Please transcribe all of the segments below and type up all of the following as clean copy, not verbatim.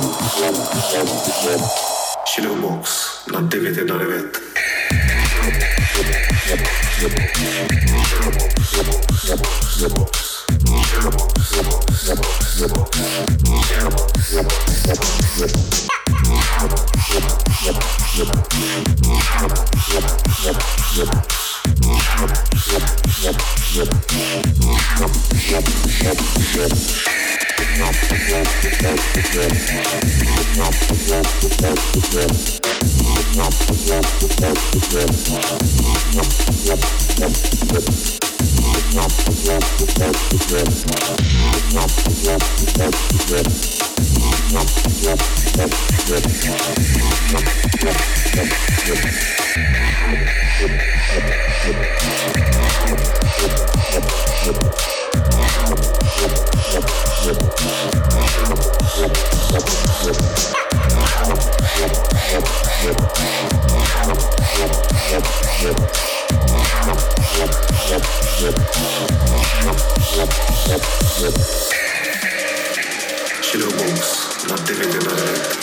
Shadowbox na 919. Shadowbox na 919.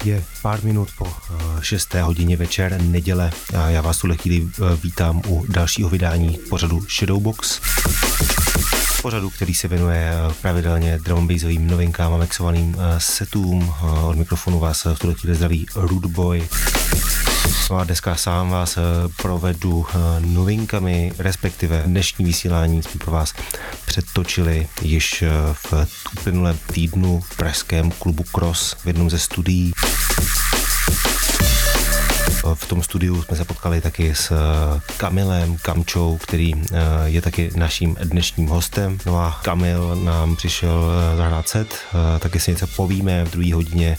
Je pár minut po 6. hodině večer, neděle, a já vás tuhle chvíli vítám u dalšího vydání pořadu Shadowbox. Pořadu, který se věnuje pravidelně drum and bassovým novinkám a mixovaným setům. Od mikrofonu vás v tuhle chvíli zdraví Rudeboy. No a dneska sám vás provedu novinkami, respektive dnešní vysílání jsme pro vás předtočili již v uplynulém týdnu v pražském klubu Cross v jednom ze studií. V tom studiu jsme se potkali taky s Kamilem Kamčou, který je taky naším dnešním hostem. No a Kamil nám přišel zahrát set, taky si něco povíme v druhé hodině.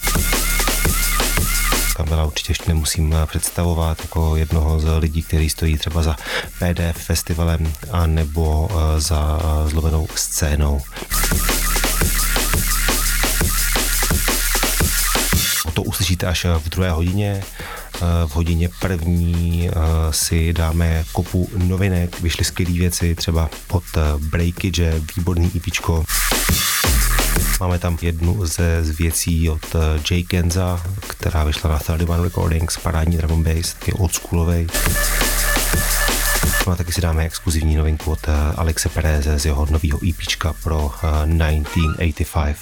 Kamila určitě ještě nemusím představovat jako jednoho z lidí, který stojí třeba za PDF festivalem a nebo za zlomenou scénou. To uslyšíte až v druhé hodině. V hodině první si dáme kopu novinek, vyšly skvělé věci, třeba od Breakage, výborný EPčko. Máme tam jednu z věcí od Jay Kenza, která vyšla na 31 Recordings, parádní drum and bass, taky oldschoolovej. No a taky si dáme exkluzivní novinku od Alexe Pereze z jeho nového EPčka pro 1985.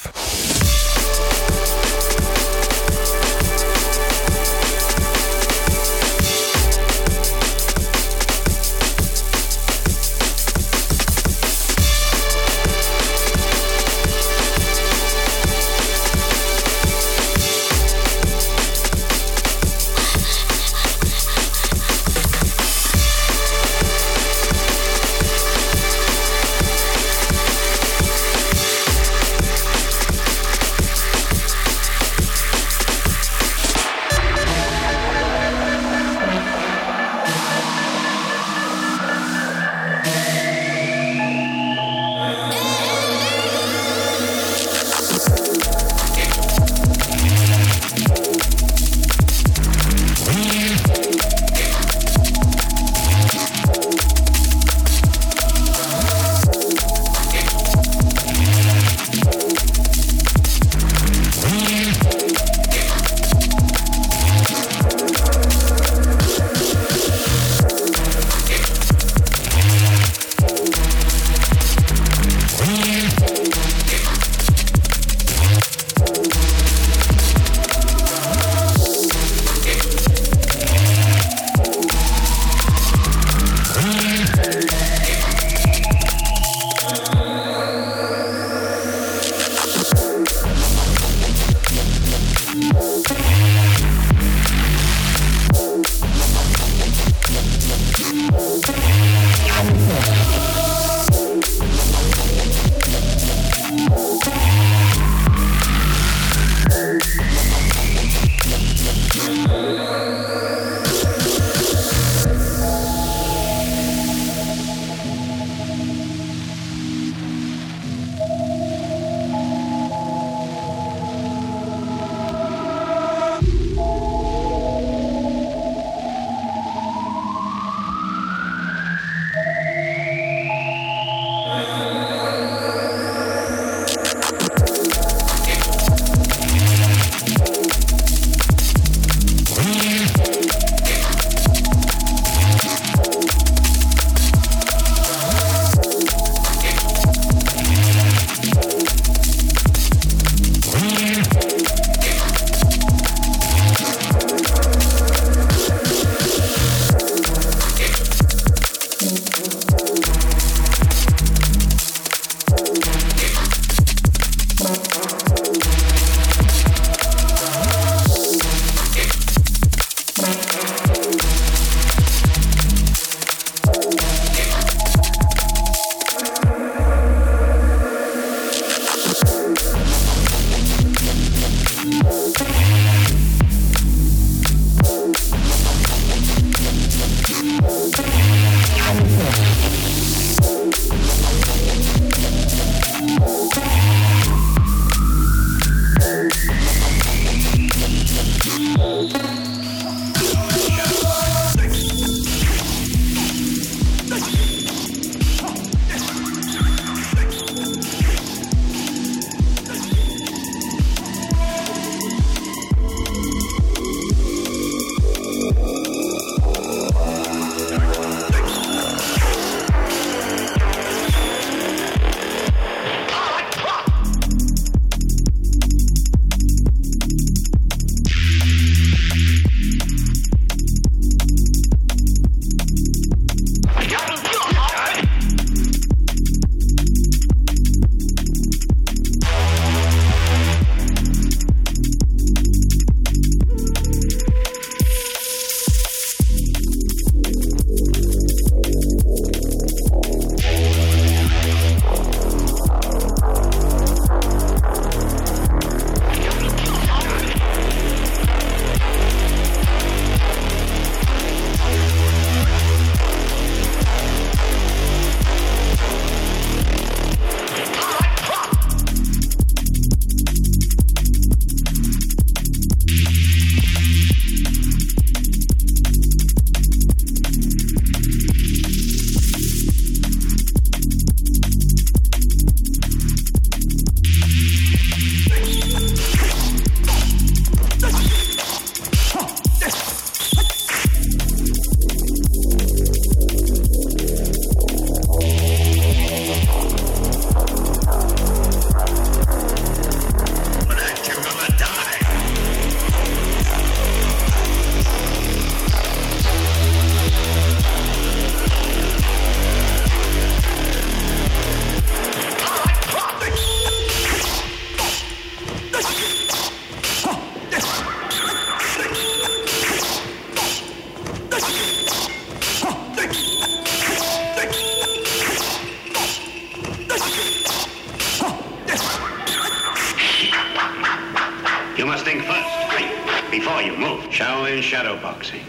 must think first, before you move. Shaolin shadowboxing.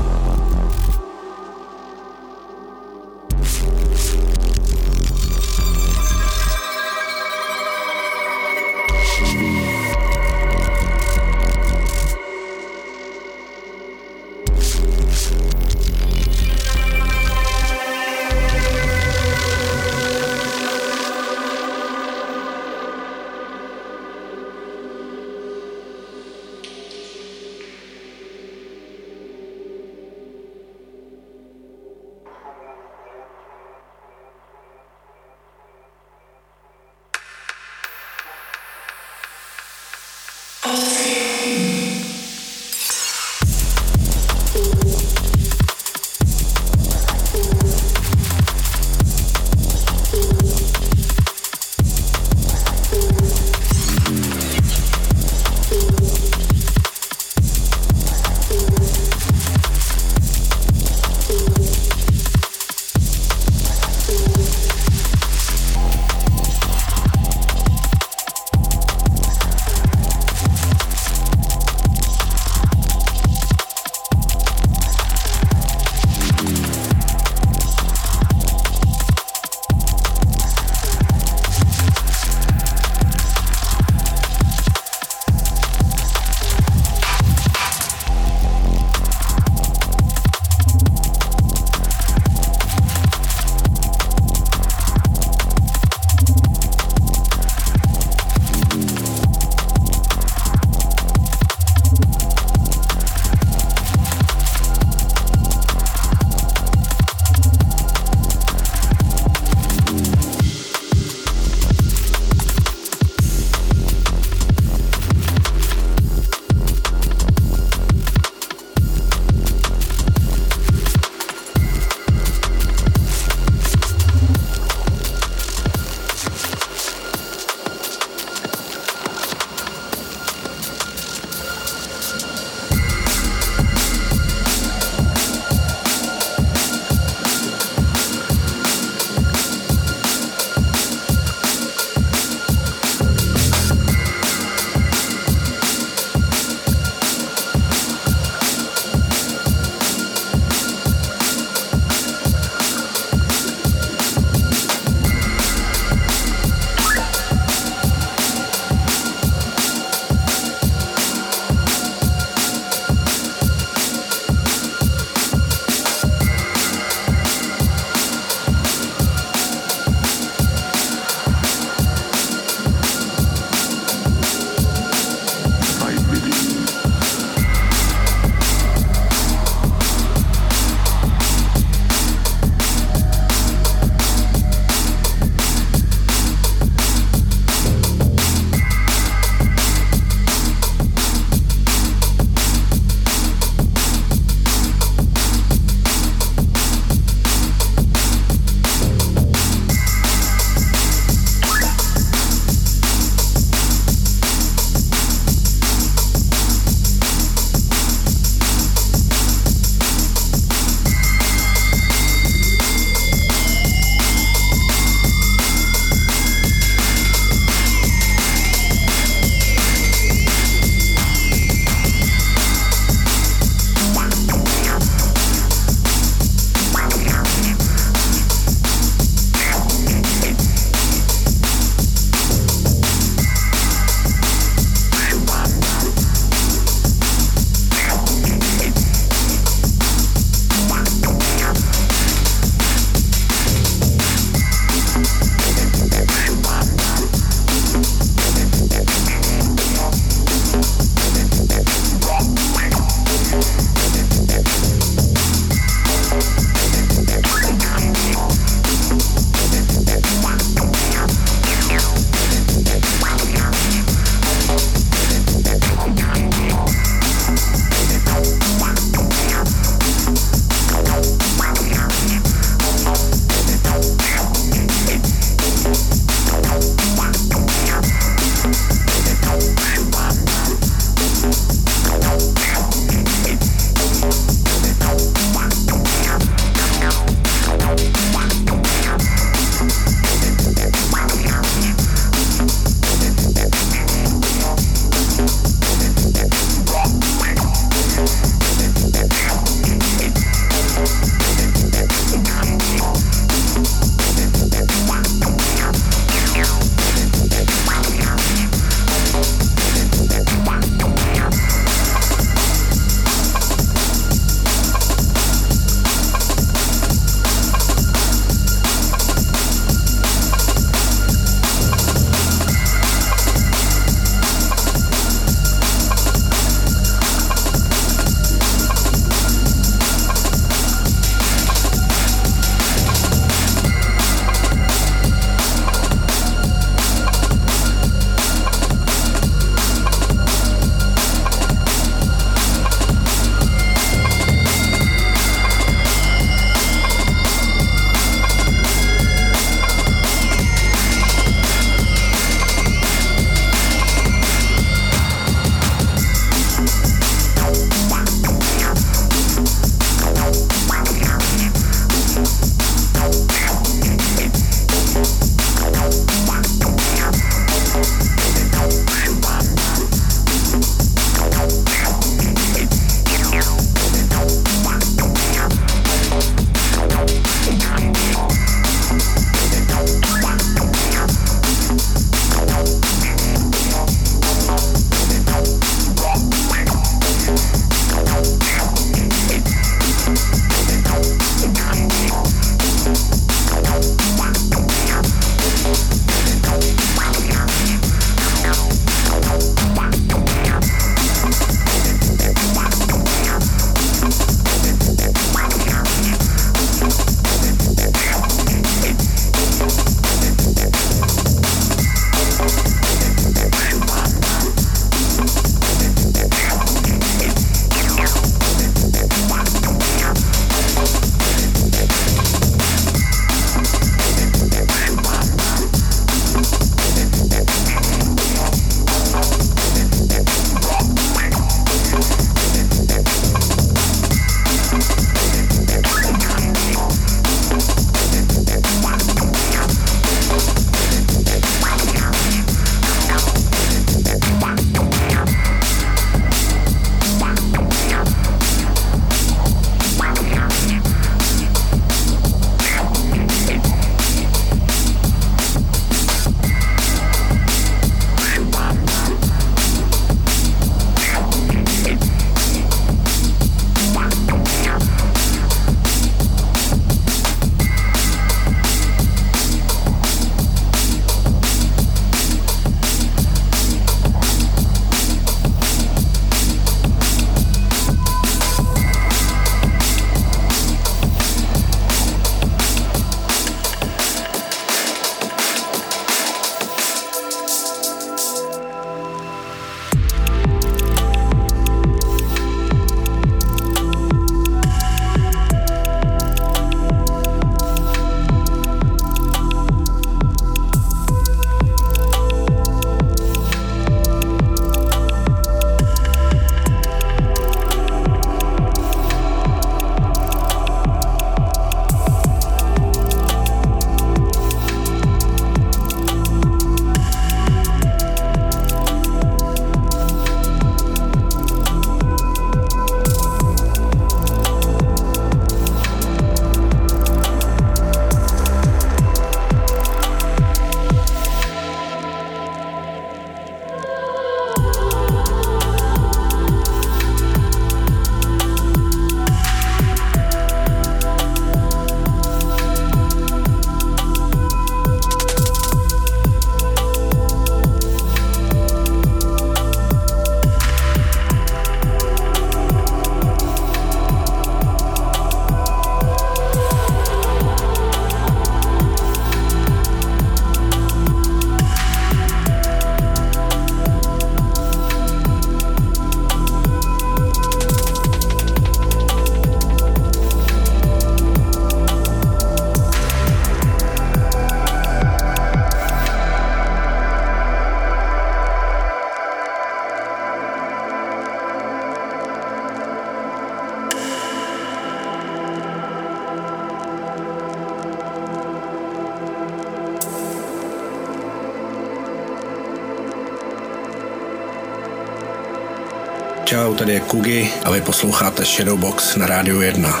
Čau, tady je Kugy a vy posloucháte Shadowbox na Rádiu 1.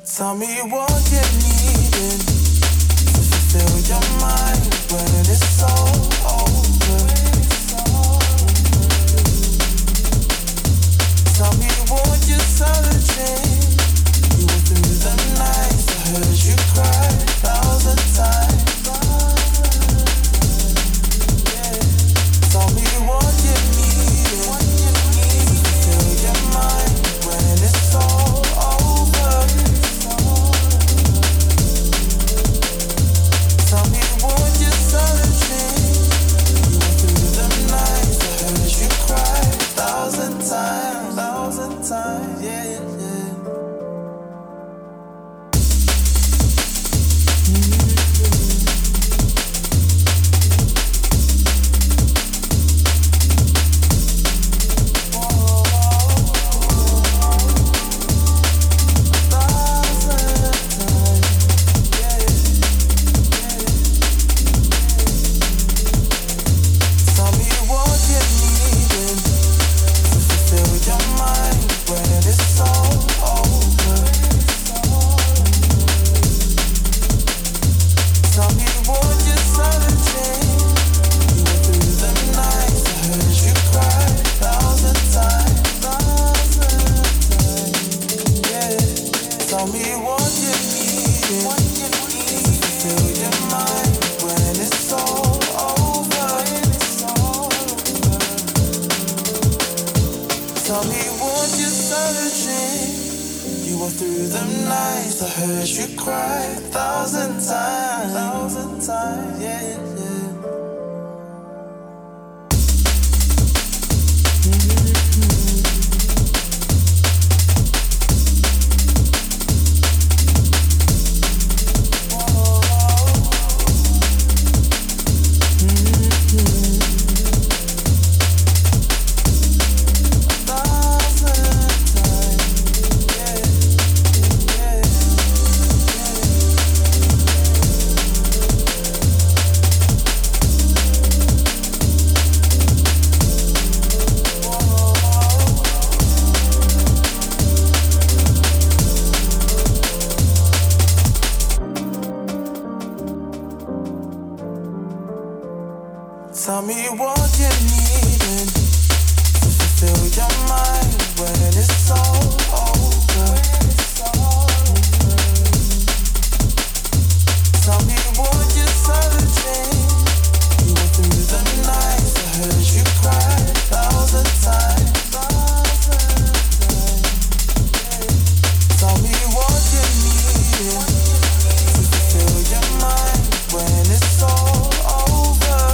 Tell me what you needed to fulfill your mind when it's all over. Tell me what you're searching. You went through the nights, I heard you cry 1,000 times. Tell me what you needed to fulfill your mind when it's all over. Tell me what you're searching. You went through the nights, I heard you cry 1,000 times, yeah, yeah. Tell me what you needed to fulfill your mind when it's all over. Tell me what you're searching. You went through the nights, I heard you cry 1,000 times. Tell me what you needed to fulfill your mind when it's all over.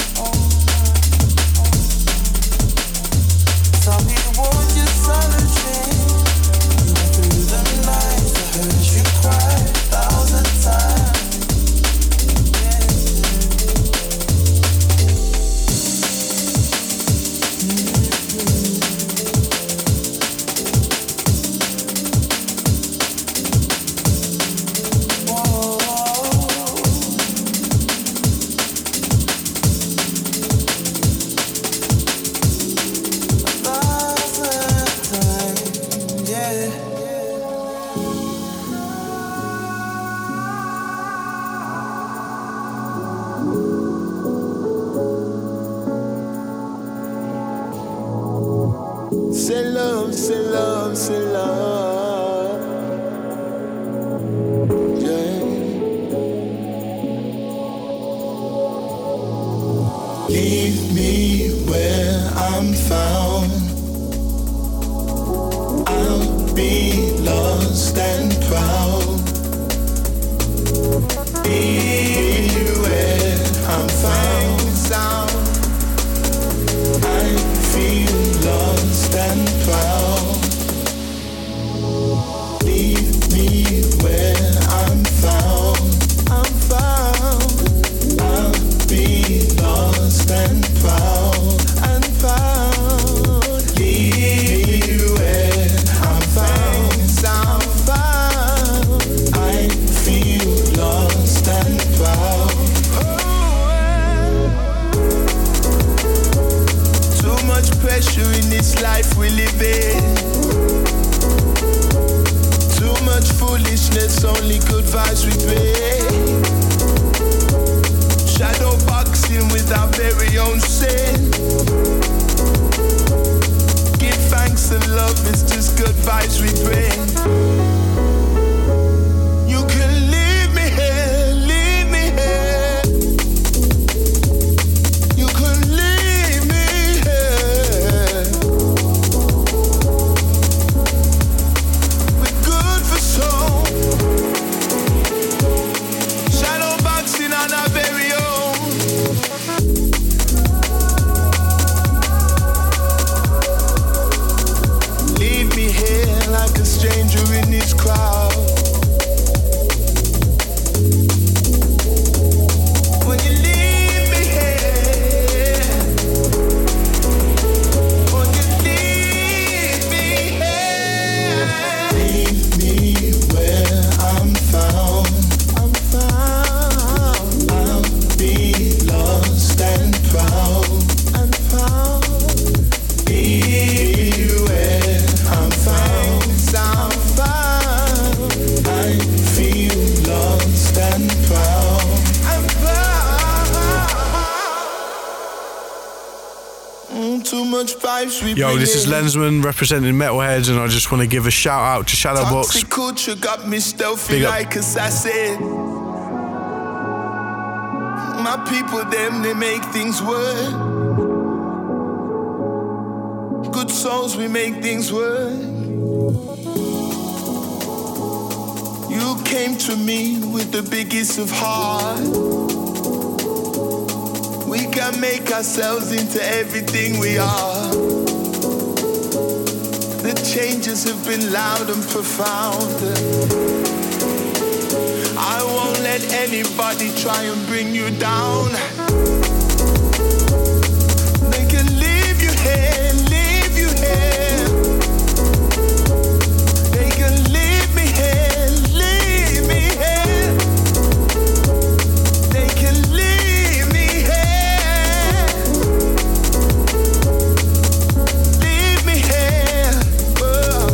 Tell me what you're searching. You went through the nights, I heard you cry 1,000 times. selfishness, only good vibes we bring. Shadow boxing with our very own sin. Give thanks and love, it's just good vibes we bring. You can leave me here, leave me here. You can leave me here. We're good for soul. Shadow boxing on our very own. Leave me here like a stranger in this crowd. When you leave me here, when you leave me here, leave me where I'm found. I'm found. I'll be lost and proud. I'm proud. Be where I'm found. I'm found. I feel lost and proud. I'm proud. Too much vibes we Yo, bring this is in. Lensman representing Metalheads, and I just want to give a shout out to Shadowbox. Toxic culture got me stealthy Big up. like assassin. My people, them, they make things work. Good souls, we make things work. You came to me with the biggest of heart. We can make ourselves into everything we are. The changes have been loud and profound. I won't let anybody try and bring you down. They can leave you here, leave you here. They can leave me here, leave me here. They can leave me here. Leave me here. Oh.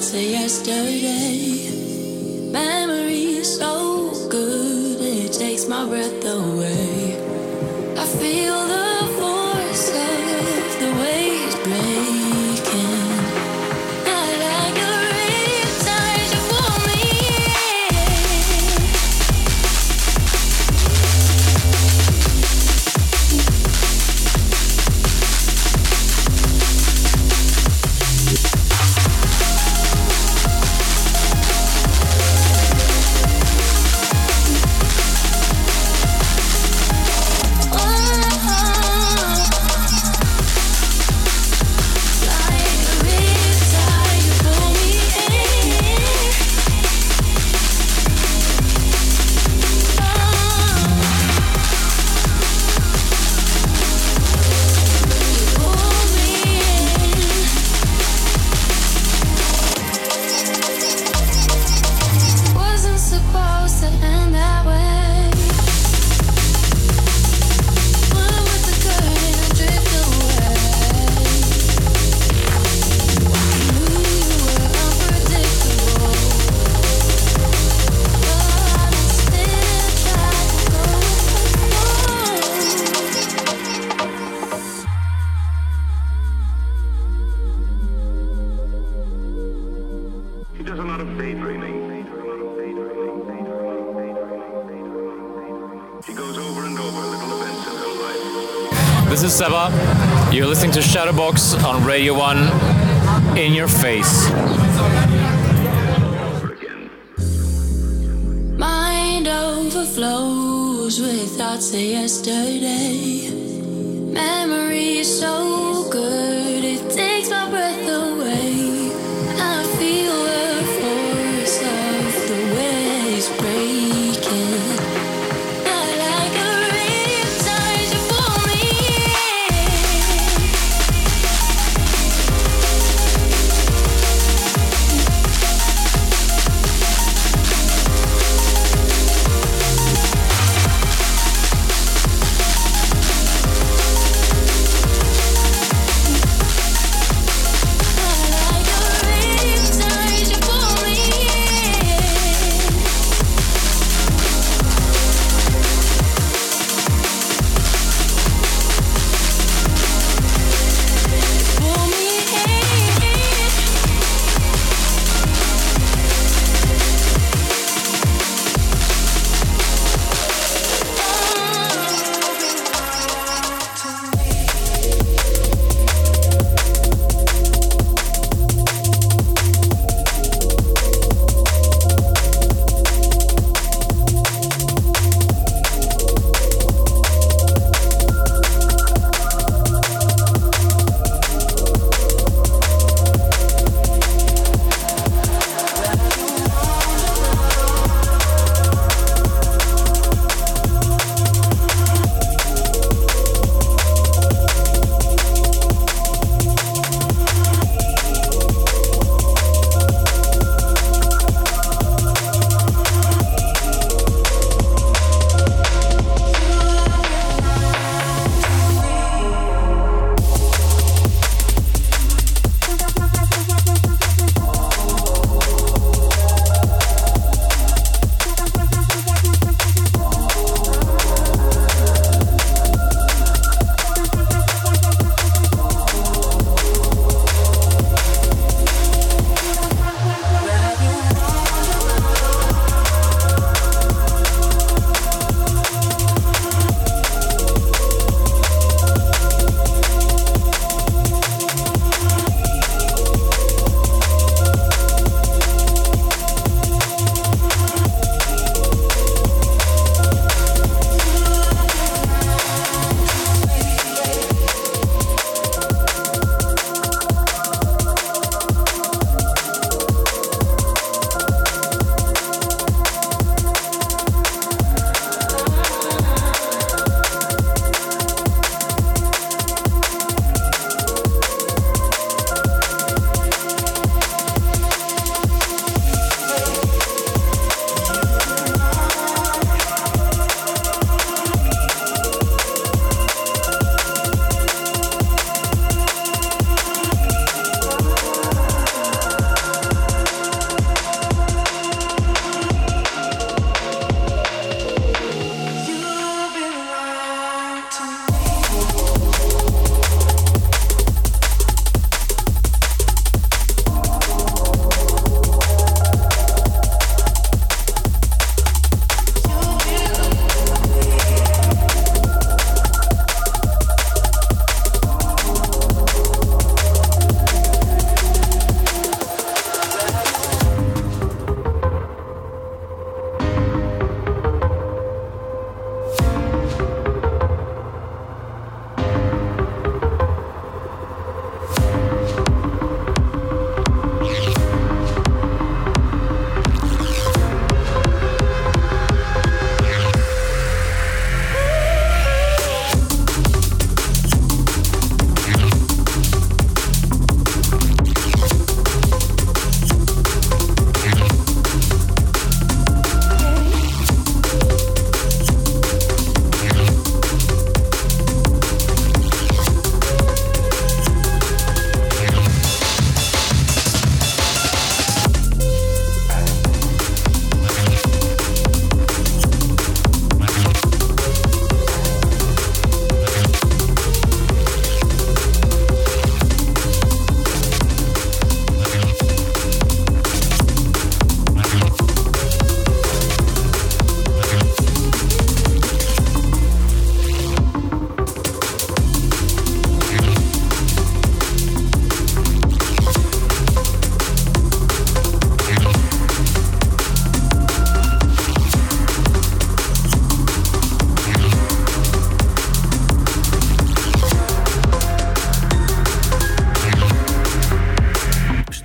say yesterday. Memory so good, it takes my breath away. I feel the force of the waves breaking. I like a riptide, you pull me This is Seba. You're listening to Shadowbox on Radio 1. In your face. Mind overflows with thoughts of yesterday. Memory so good, it takes my breath away. I feel the force of the waves breaking.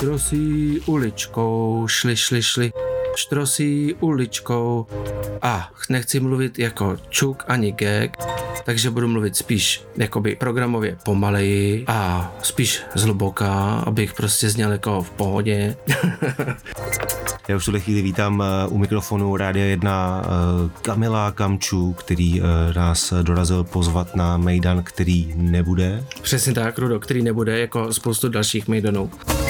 Štrosí uličkou, šli. Štrosí uličkou. A nechci mluvit jako čuk ani gag, takže budu mluvit spíš jakoby programově pomaleji a spíš zhluboka, abych prostě zněl jako v pohodě. Já už v tuhle chvíli vítám u mikrofonu Rádia 1 Kamila Kamču, který nás dorazil pozvat na mejdan, který nebude. Přesně tak, Rudo, který nebude, jako spoustu dalších mejdanů.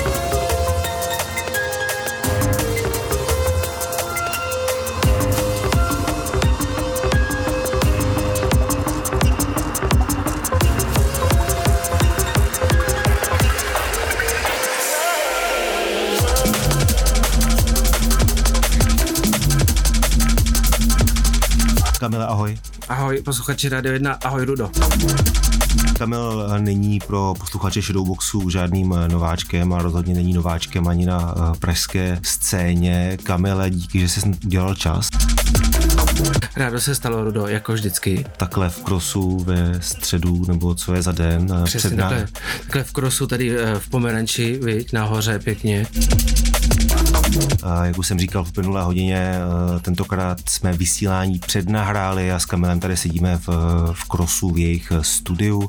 Kamile, ahoj. Ahoj, posluchači Rádio 1, ahoj Rudo. Kamil není pro posluchače Shadowboxu žádným nováčkem a rozhodně není nováčkem ani na pražské scéně. Kamile, díky, že jsi udělal čas. Rádo se stalo, Rudo, jako vždycky. Takhle v Krosu ve středu, nebo co je za den? Přesně takhle v Krosu, tady v Pomeranči, viď, nahoře pěkně. Jak už jsem říkal v minulé hodině, tentokrát jsme vysílání přednahráli a s Kamilem tady sedíme v Krosu v jejich studiu.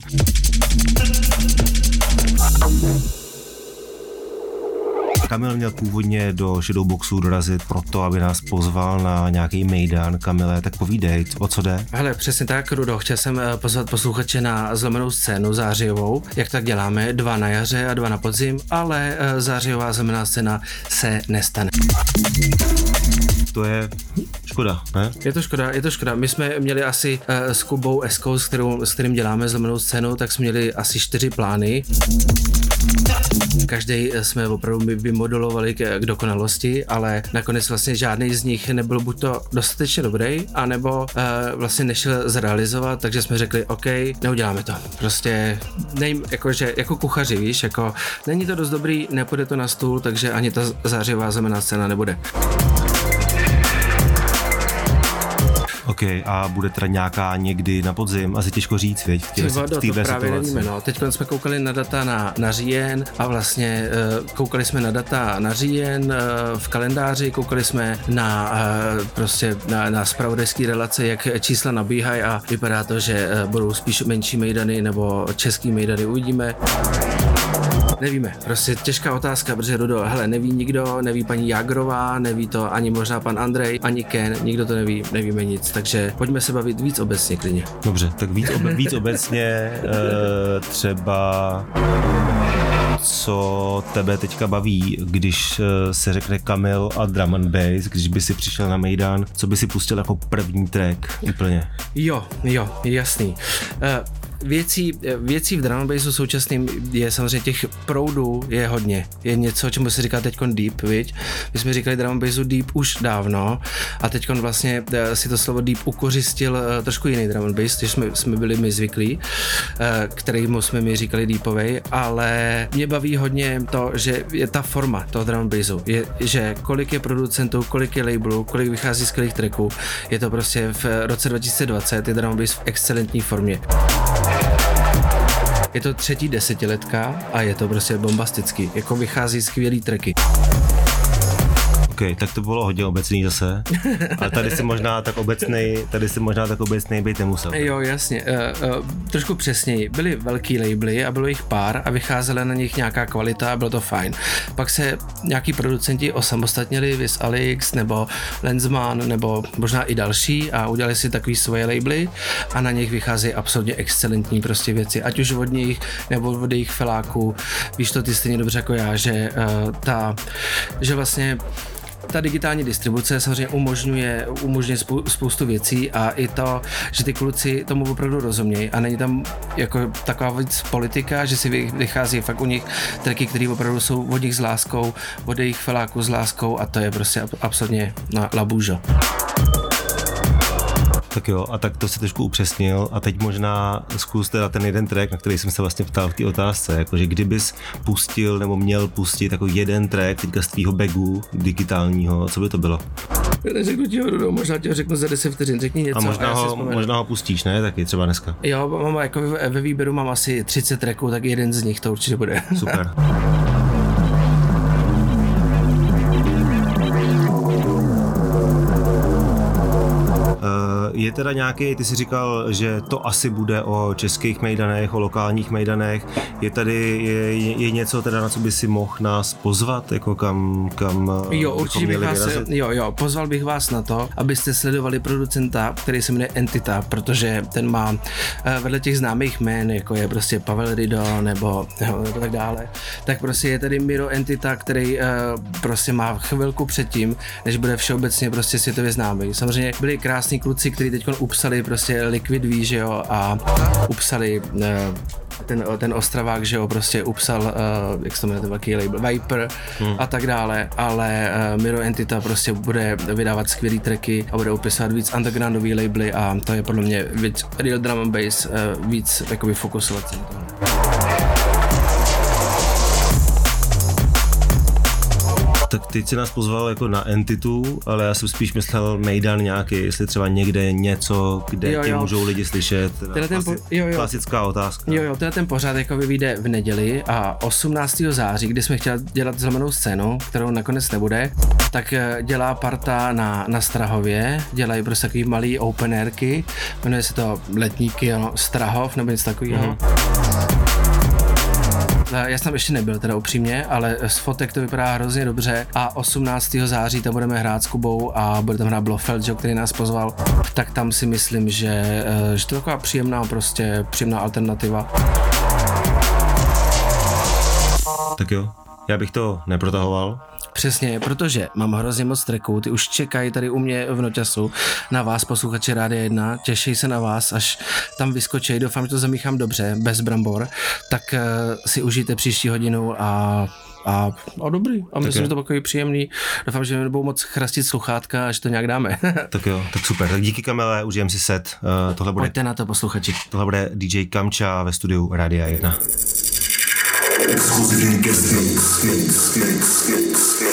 Kamil měl původně do Shadowboxu dorazit proto, aby nás pozval na nějaký mejdan. Kamile, tak povídej, o co jde? Hele, přesně tak, Rudo, chtěl jsem pozvat posluchače na zlomenou scénu zářijovou, jak tak děláme, 2 na jaře a 2 na podzim, ale zářijová zlomená scéna se nestane. To je škoda, ne? Je to škoda. My jsme měli asi s Kubou Eskou, s kterým děláme zlomenou scénu, tak jsme měli asi 4 plány. Každý jsme opravdu vymodelovali k dokonalosti, ale nakonec vlastně žádný z nich nebyl buď to dostatečně dobrý, anebo vlastně nešel zrealizovat, takže jsme řekli, OK, neuděláme to. Prostě jako kuchaři, víš, jako není to dost dobrý, nepůjde to na stůl, takže ani ta zářivá zlomená scéna nebude. OK, a bude teda nějaká někdy na podzim? Asi těžko říct, věď? To právě nevíme, no. Teď jsme koukali na data na říjen a vlastně koukali jsme na data na říjen v kalendáři, koukali jsme na zpravodajské relace, jak čísla nabíhají a vypadá to, že budou spíš menší mejdany nebo český mejdany, uvidíme. Nevíme, prostě těžká otázka, protože Rudo, hele, neví nikdo, neví paní Jágrová, neví to ani možná pan Andrej, ani Ken, nikdo to neví, nevíme nic, takže pojďme se bavit víc obecně klidně. Dobře, tak víc obecně třeba co tebe teďka baví, když se řekne Kamil a drum and bass, když by si přišel na mejdan, co by si pustil jako první track úplně? Jo, jasný. Věcí v drum and bassu současným je samozřejmě těch proudů je hodně. Je něco, čemu se říká teďkon deep, viď? My jsme říkali drum and bassu deep už dávno a teďkon vlastně si to slovo deep ukořistil trošku jiný drum and bass, když jsme byli my zvyklí, kterýmu jsme mi říkali deepovej, ale mě baví hodně to, že je ta forma toho drum and bassu, že kolik je producentů, kolik je labelů, kolik vychází skvělých tracků, je to prostě v roce 2020 je drum and bass v excelentní formě. Je to 3. desetiletka a je to prostě bombastický, jako vychází skvělý tracky. OK, tak to bylo hodně obecný zase, ale tady si možná tak obecnej být nemusel. Jo, jasně, trošku přesněji. Byly velký labely a bylo jich pár a vycházela na nich nějaká kvalita a bylo to fajn. Pak se nějaký producenti osamostatnili, Vis Alex nebo Lenzman nebo možná i další a udělali si takový svoje labely a na nich vychází absolutně excelentní prostě věci, ať už od nich nebo od jejich feláků. Víš to ty stejně dobře jako já, že vlastně ta digitální distribuce samozřejmě umožňuje spoustu věcí a i to, že ty kluci tomu opravdu rozumějí a není tam jako taková víc politika, že si vychází fakt u nich tracky, které opravdu jsou od nich s láskou, od jejich feláků s láskou a to je prostě absolutně na labůžo. Tak jo, a tak to si trošku upřesnil a teď možná zkus teda ten jeden track, na který jsem se vlastně ptal v té otázce, jakože kdybys pustil nebo měl pustit jako jeden track teďka z tvýho bagu digitálního, co by to bylo? Neřeknu ti ho, možná ti ho řeknu za 10 vteřin, řekni něco. A možná ho pustíš, ne? Taky třeba dneska. Jo, mám jako ve výběru mám asi 30 tracků, tak jeden z nich to určitě bude. Super. Je teda nějaký, ty jsi říkal, že to asi bude o českých mejdanech, o lokálních mejdanech. Je tady je něco teda, na co by si mohl nás pozvat, jako kam jo, určitě bych vás, pozval bych vás na to, abyste sledovali producenta, který se jmenuje Entita, protože ten má vedle těch známých jmén, jako je prostě Pavel Rido nebo tak dále, tak prostě je tady Miro Entita, který prostě má chvilku předtím, než bude všeobecně prostě světově známý. Samozřejmě byli krásní kluci, kteří teď upsali prostě Liquid V, že jo, a upsali ten Ostravák, že jo, prostě upsal, jak se to jmenuje, ten velký label, Viper a tak dále, ale Miro Entita prostě bude vydávat skvělý tracky a bude upisovat víc undergroundový labely a to je podle mě víc real drum and bass, víc jakoby fokusovat se na to. Tak teď si nás pozval jako na Entitu, ale já jsem spíš myslel mejdan nějaký, jestli třeba někde něco, kde tě můžou lidi slyšet. Klasická otázka. Jo, ten pořád jako vyjde v neděli a 18. září, kdy jsme chtěli dělat zlomenou scénu, kterou nakonec nebude, tak dělá parta na Strahově, dělají prostě takový malý open airky, jmenuje se to Letníky, Strahov nebo něco takového. Já jsem tam ještě nebyl teda upřímně, ale z fotek to vypadá hrozně dobře a 18. září tam budeme hrát s Kubou a bude tam hrát Blofeld, který nás pozval, tak tam si myslím, že to je taková příjemná alternativa. Tak jo, já bych to neprotahoval. Přesně, protože mám hrozně moc tracků, ty už čekají tady u mě v Noťasu na vás, posluchači Rádia 1, těší se na vás, až tam vyskočí, doufám, že to zamíchám dobře, bez brambor, tak si užijte příští hodinu a dobrý. A myslím, že to takový příjemný. Doufám, že nebudou moc chrastit sluchátka, až to nějak dáme. Tak jo, tak super. Tak díky Kamele, užijeme si set. Pojďte na to, posluchači. Tohle bude DJ Kamča ve studiu Rádia 1. Exclusivní guest mix.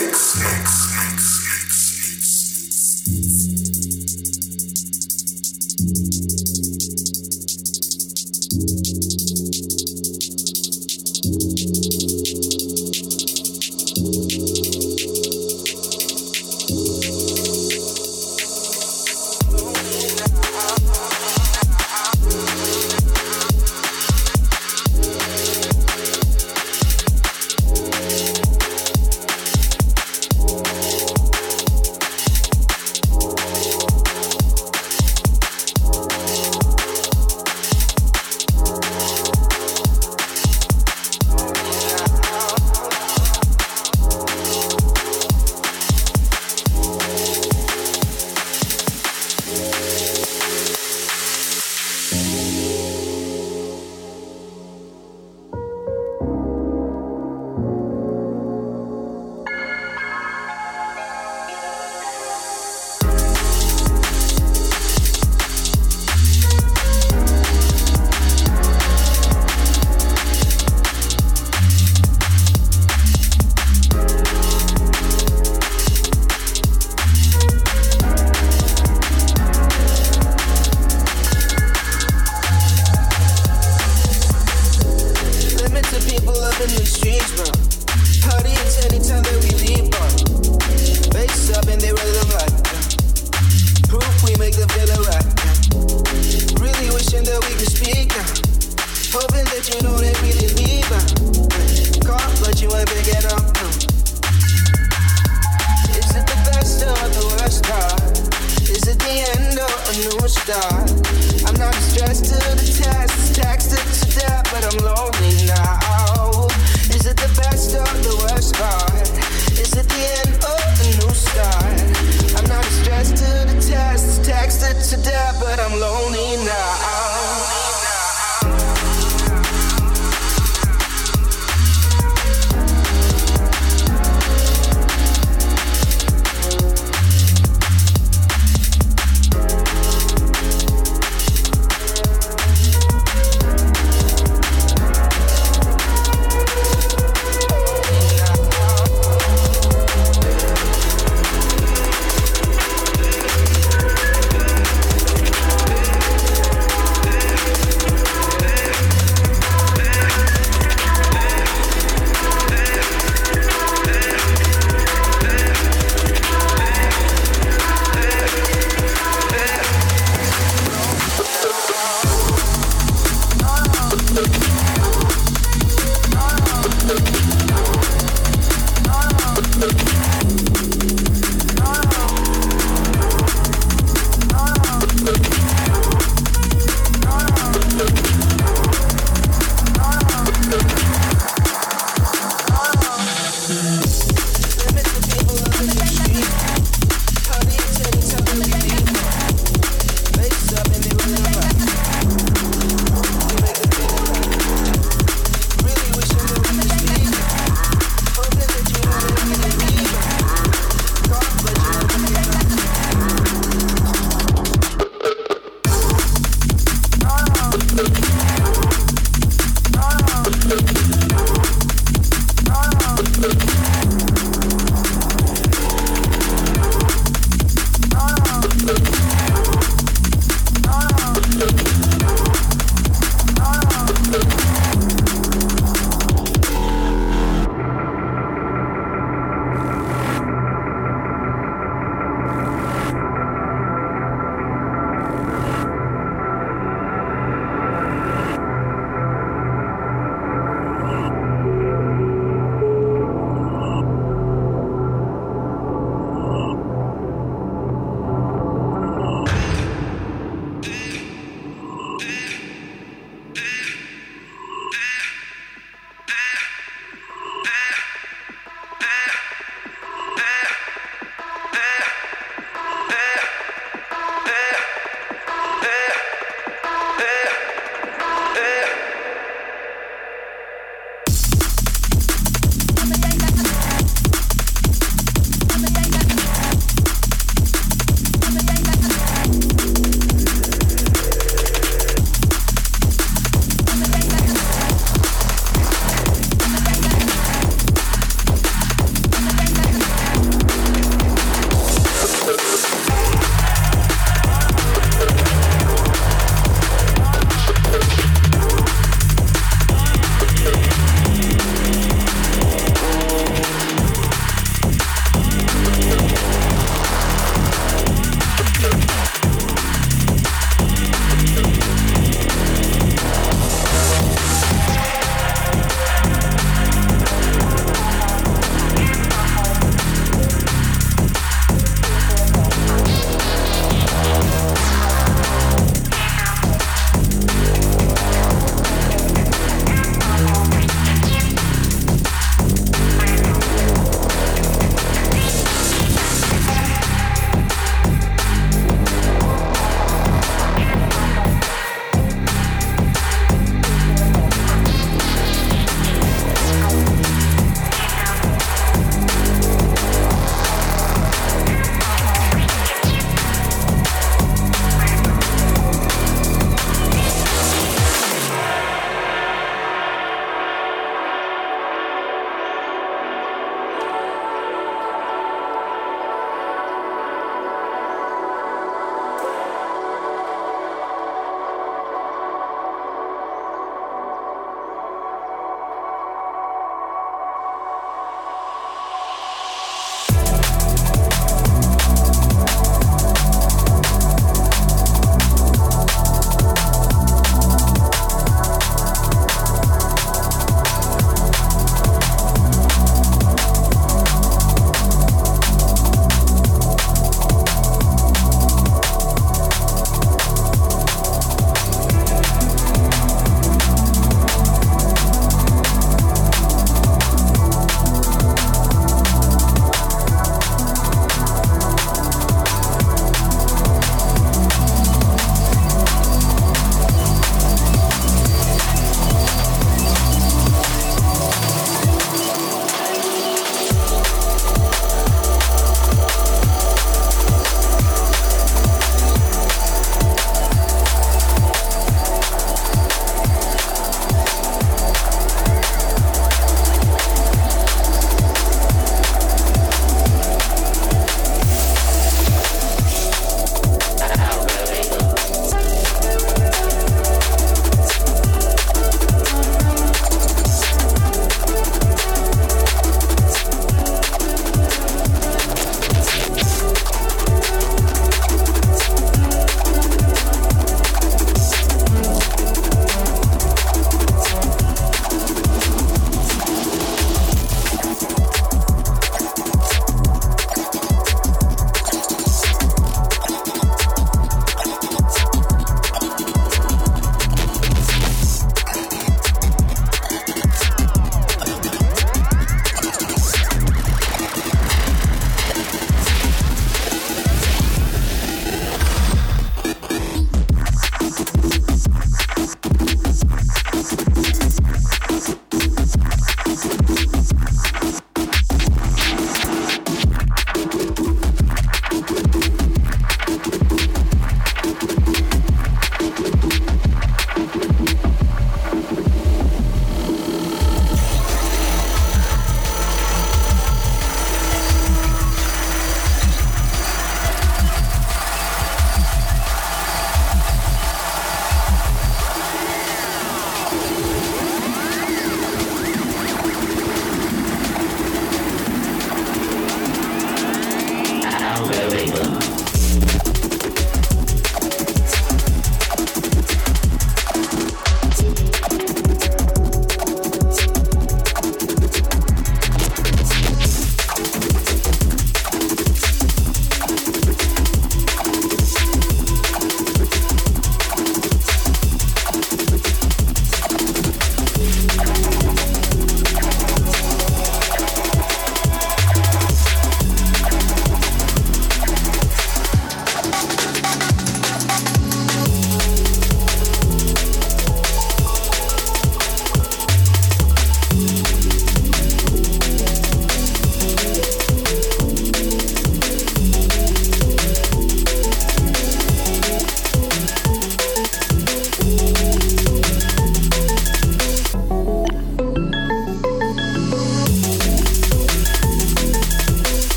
Is it the best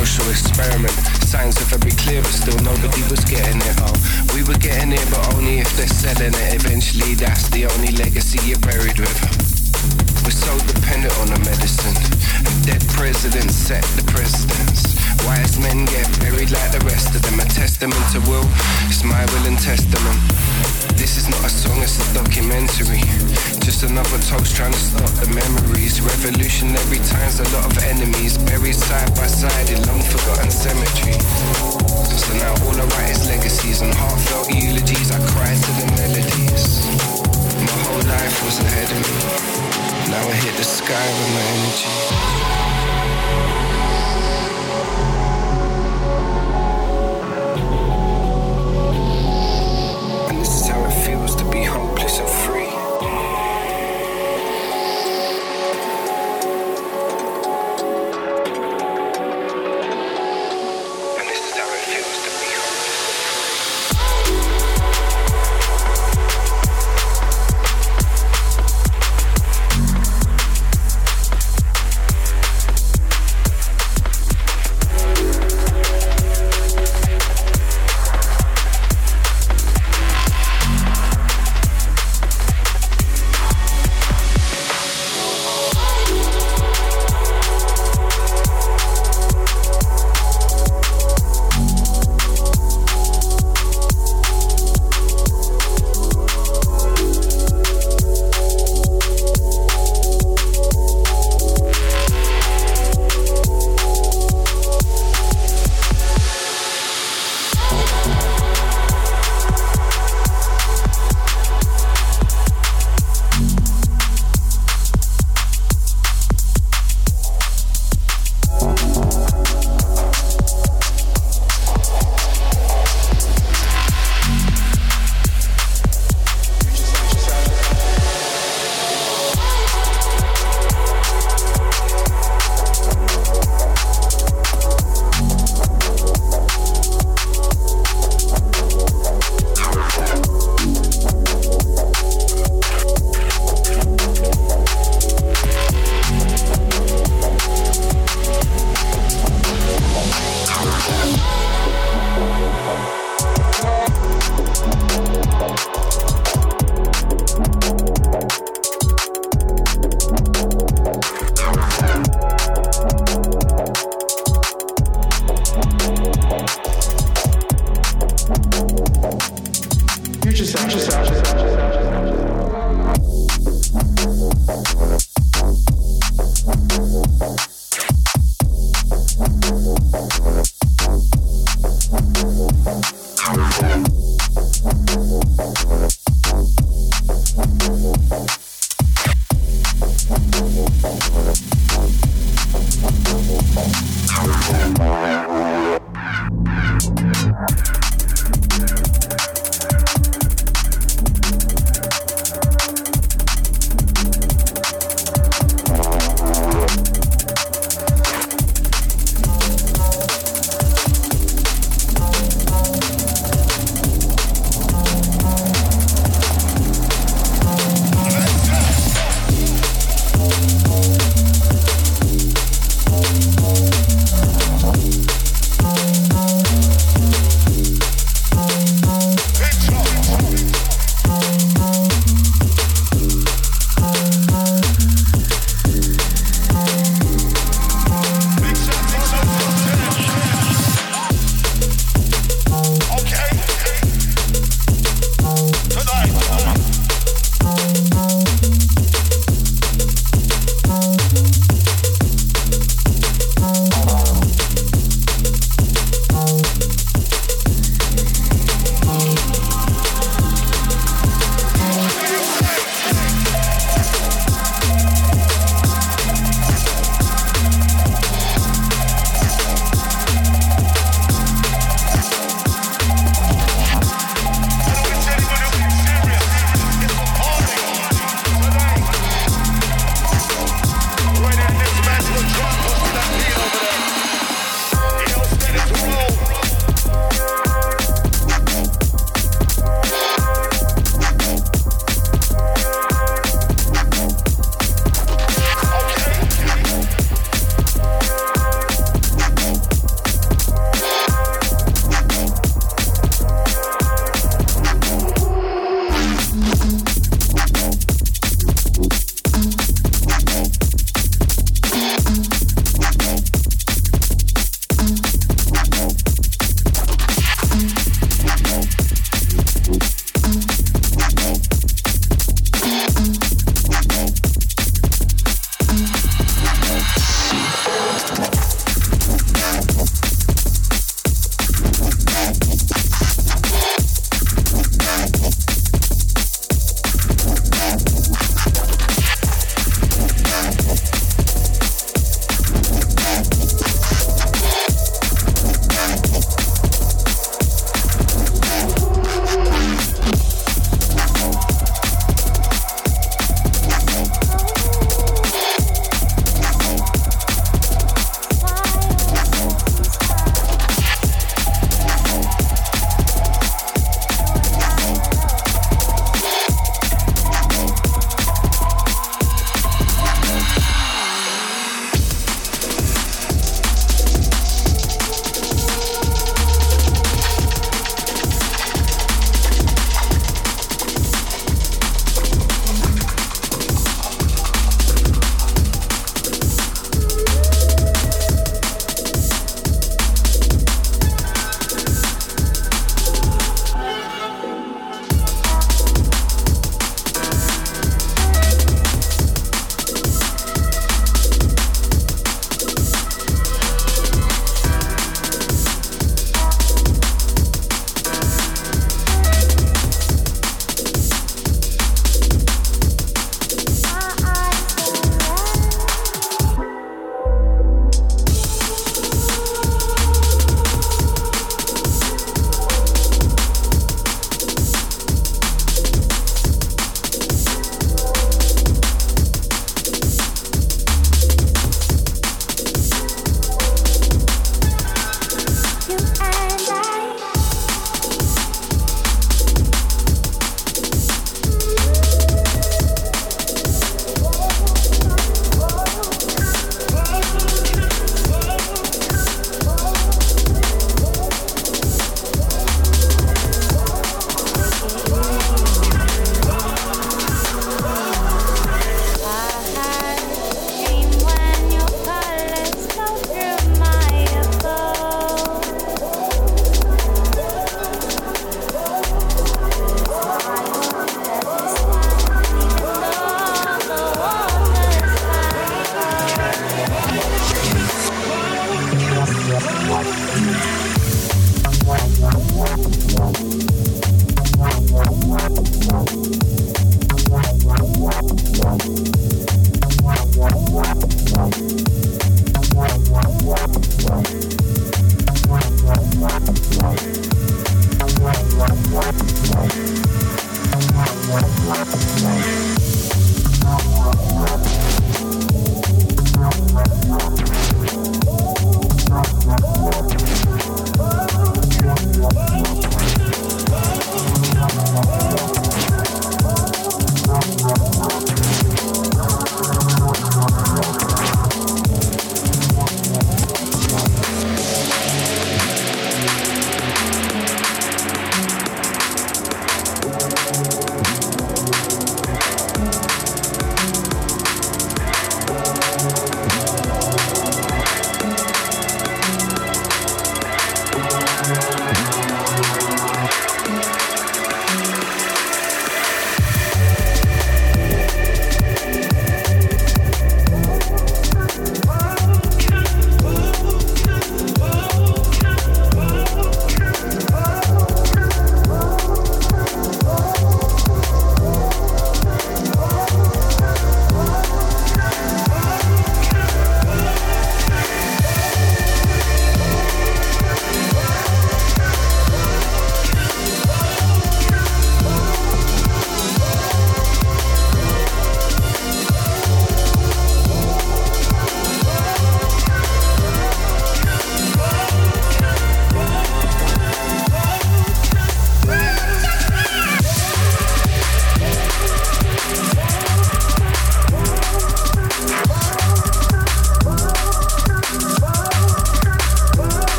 social experiment. Signs are very clear, but still nobody was getting it. Oh, we were getting it, but only if they're selling it. Eventually, that's the only legacy you're buried with. We're so dependent on the medicine, and dead presidents set the precedence. Wise men get buried like the rest of them. A testament to will, it's my will and testament. This is not a song, it's a documentary. Just another toast trying to stop the memories. Revolutionary times, a lot of enemies buried side by side in long forgotten cemetery. So now all I write is legacies and heartfelt eulogies. I cry to the melodies. My whole life was ahead of me. Now I hit the sky with my energy. Feels to be hopeless and free. And this is how it feels to be hopeless.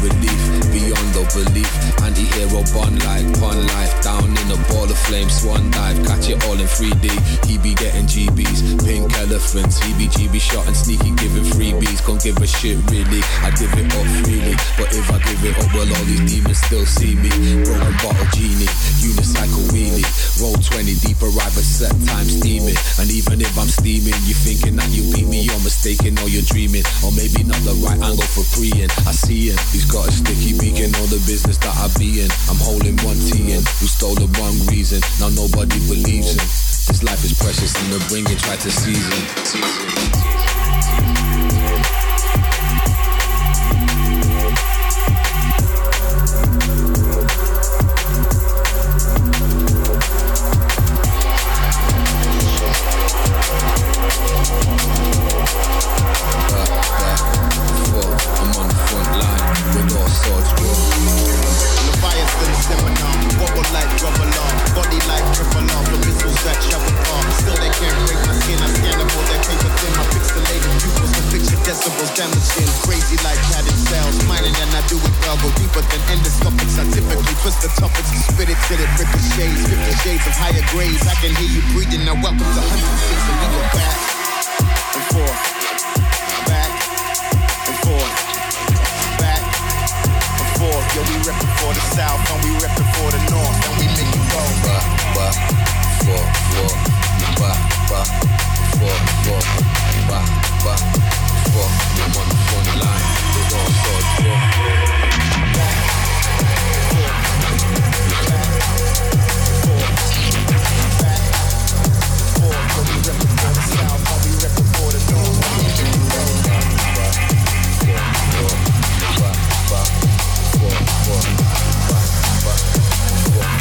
relief, beyond all belief. Anti-hero bun like pun life, down in a ball of flame, swan dive, catch it all in 3D. He be getting GBs, pink elephants, EBGB shot and sneaky giving freebies. Can't give a shit really, I give it up freely. But if I give it up, well all these demons still see me. Broken bottle genie, unicycle wheelie. Roll 20 deep, arrive at set time steaming. And even if I'm steaming, you thinking that you beat me, you're mistaken or you're dreaming. Or maybe not the right angle for preying. I see him, he's got a sticky beak in all the business that I be in. I'm holding one T in, who stole the wrong reason. Now nobody believes him. This life is precious and the bringing try to seize him. I'm on the front line with all swords drawn. Leviathan seminar, bubble like rubber alarm, body like triple alarm, the missiles that travel far. Still they can't break my skin, I scan them all, that paper thin. My pixelated pupils can picture decibels down the chin. Crazy like padded cells, mining and I do it well. Go deeper than endoscopics, I typically twist the topics to spit it till it ricochets. 50 shades of higher grades, I can hear you breathing. Now welcome to 106 and we go back and forth, back and forth, back and forth. Yo, we reppin' for the south and we reppin' for the north, and we make it go back, back, forth, forth, back, back, forth, forth, back, back, forth. I'm on the front line with all swords drawn. Back, forth, back, forth, back, forth. Yo, we reppin' for the south and we reppin' for the north, and we make it go back, back, forth, back, back, forth, forth, back, back, forth.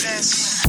advancement.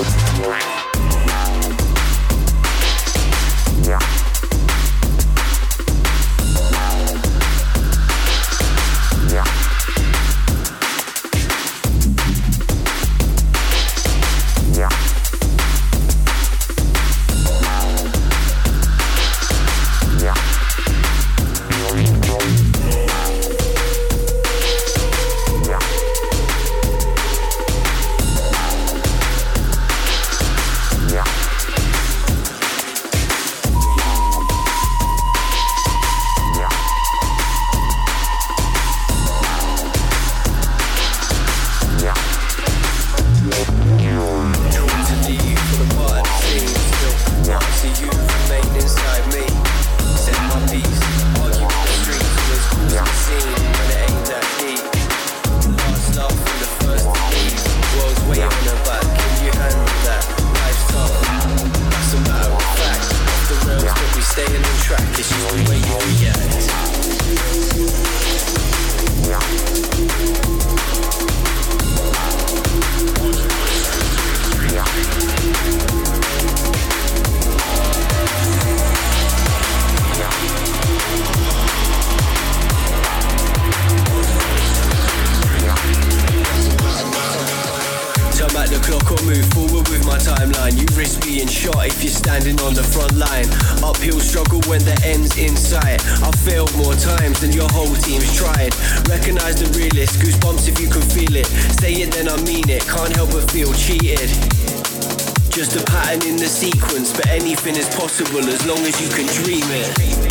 As long as you can dream it.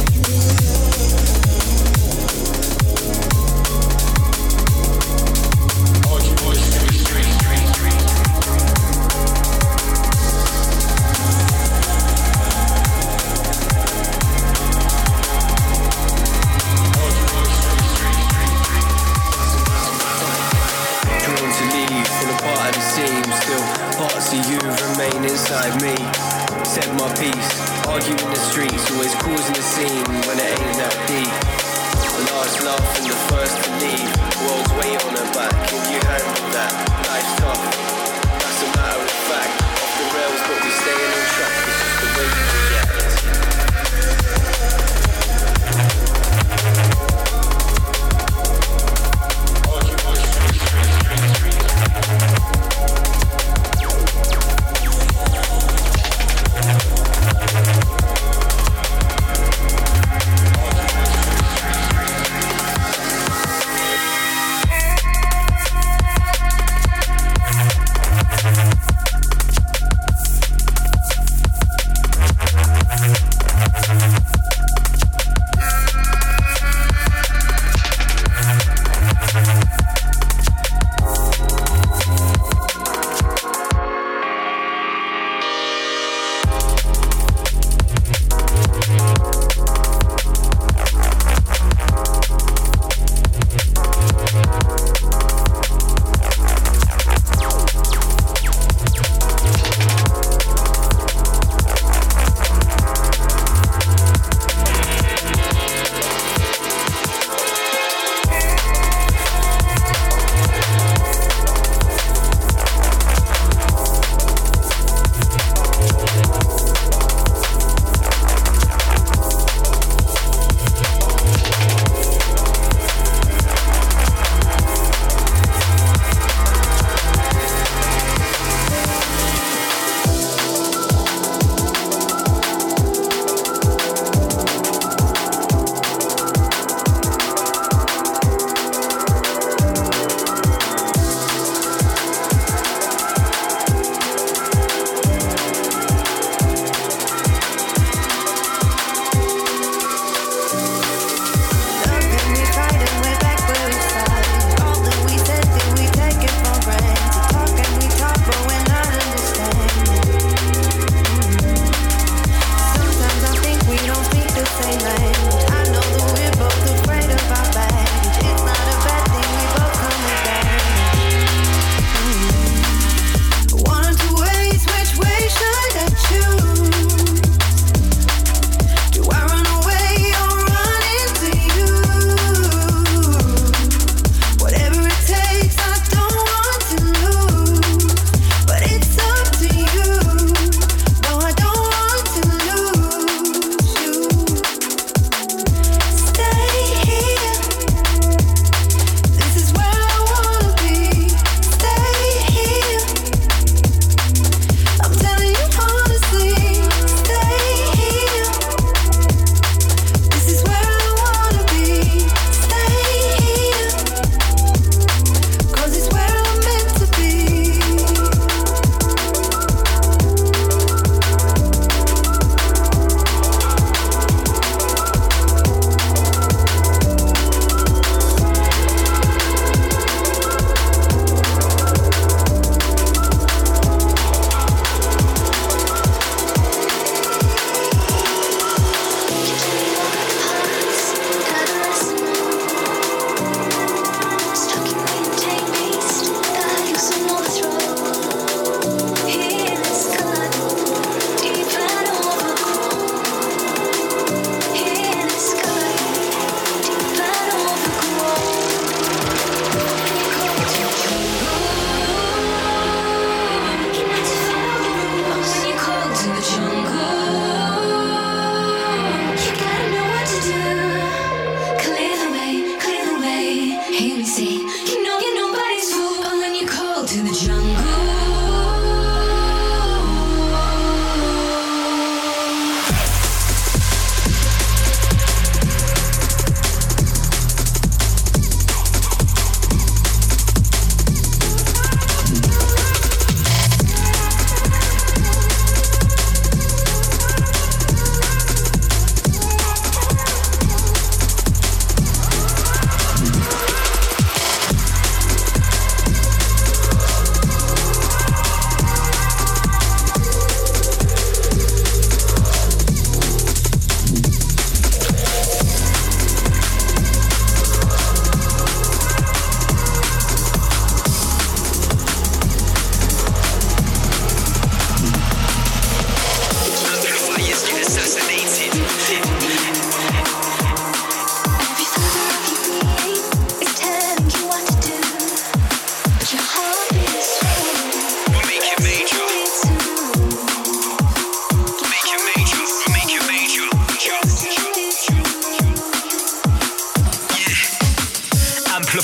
Drawn to leave, fall apart at the seams. Still parts of you remain inside me. Said my piece, argue in the streets, always causing a scene when it ain't that deep. The last laugh and the first to leave, world's weight on her back, can you handle that? Life's tough, that's a matter of fact. Off the rails but we staying on track, it's just the way you react.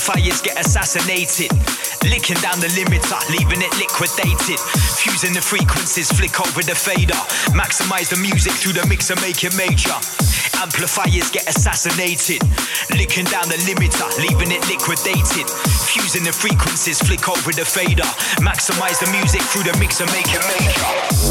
Amplifiers get assassinated. Licking down the limiter, leaving it liquidated. Fusing the frequencies, flick over the fader. Maximize the music through the mixer, make it major. Amplifiers get assassinated. Licking down the limiter, leaving it liquidated. Fusing the frequencies, flick over the fader. Maximize the music through the mixer, make it major.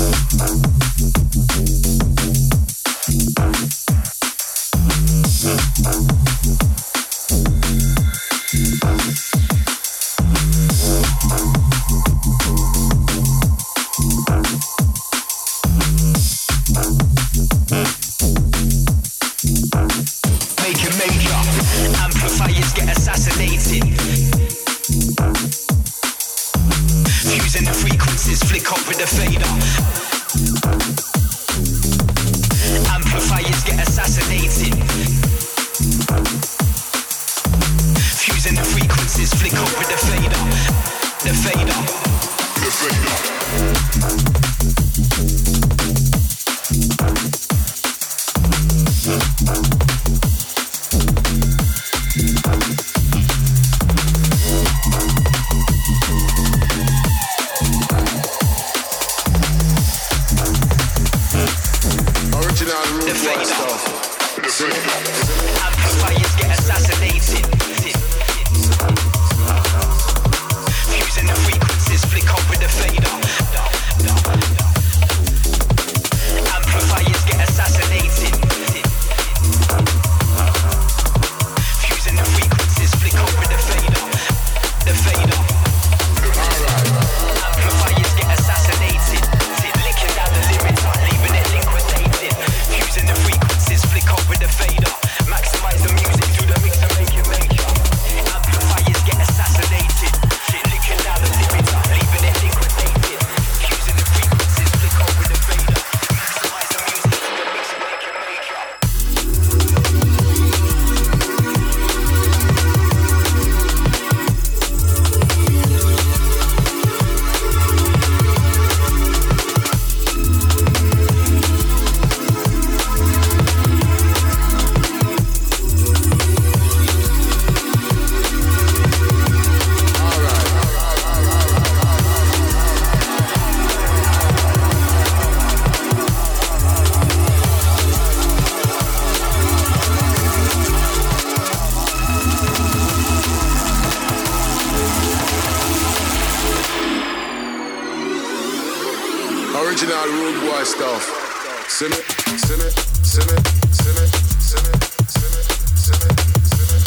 Original rude boy stuff. Sim it, sim it, sim it, sim it, sim it, sim it, sim it, sim it.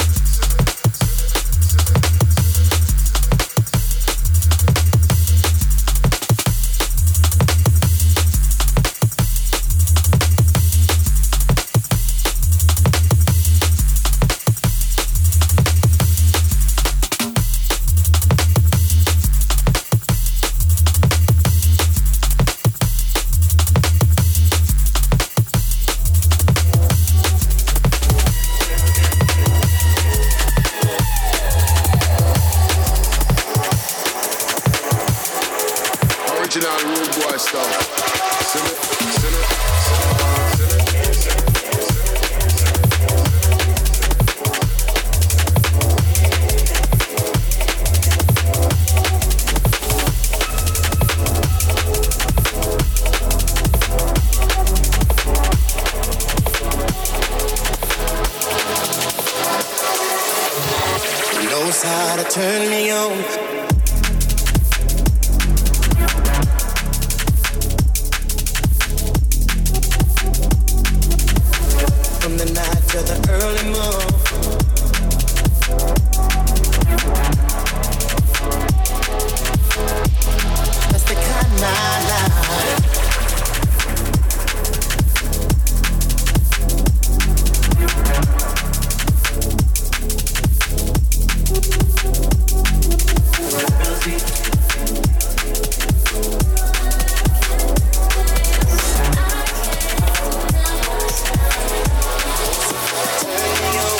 Turn me on.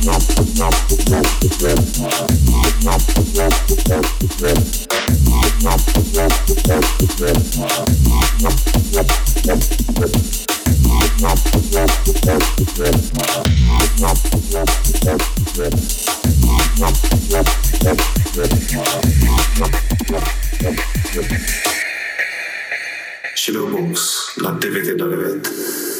Shadowbox na 919.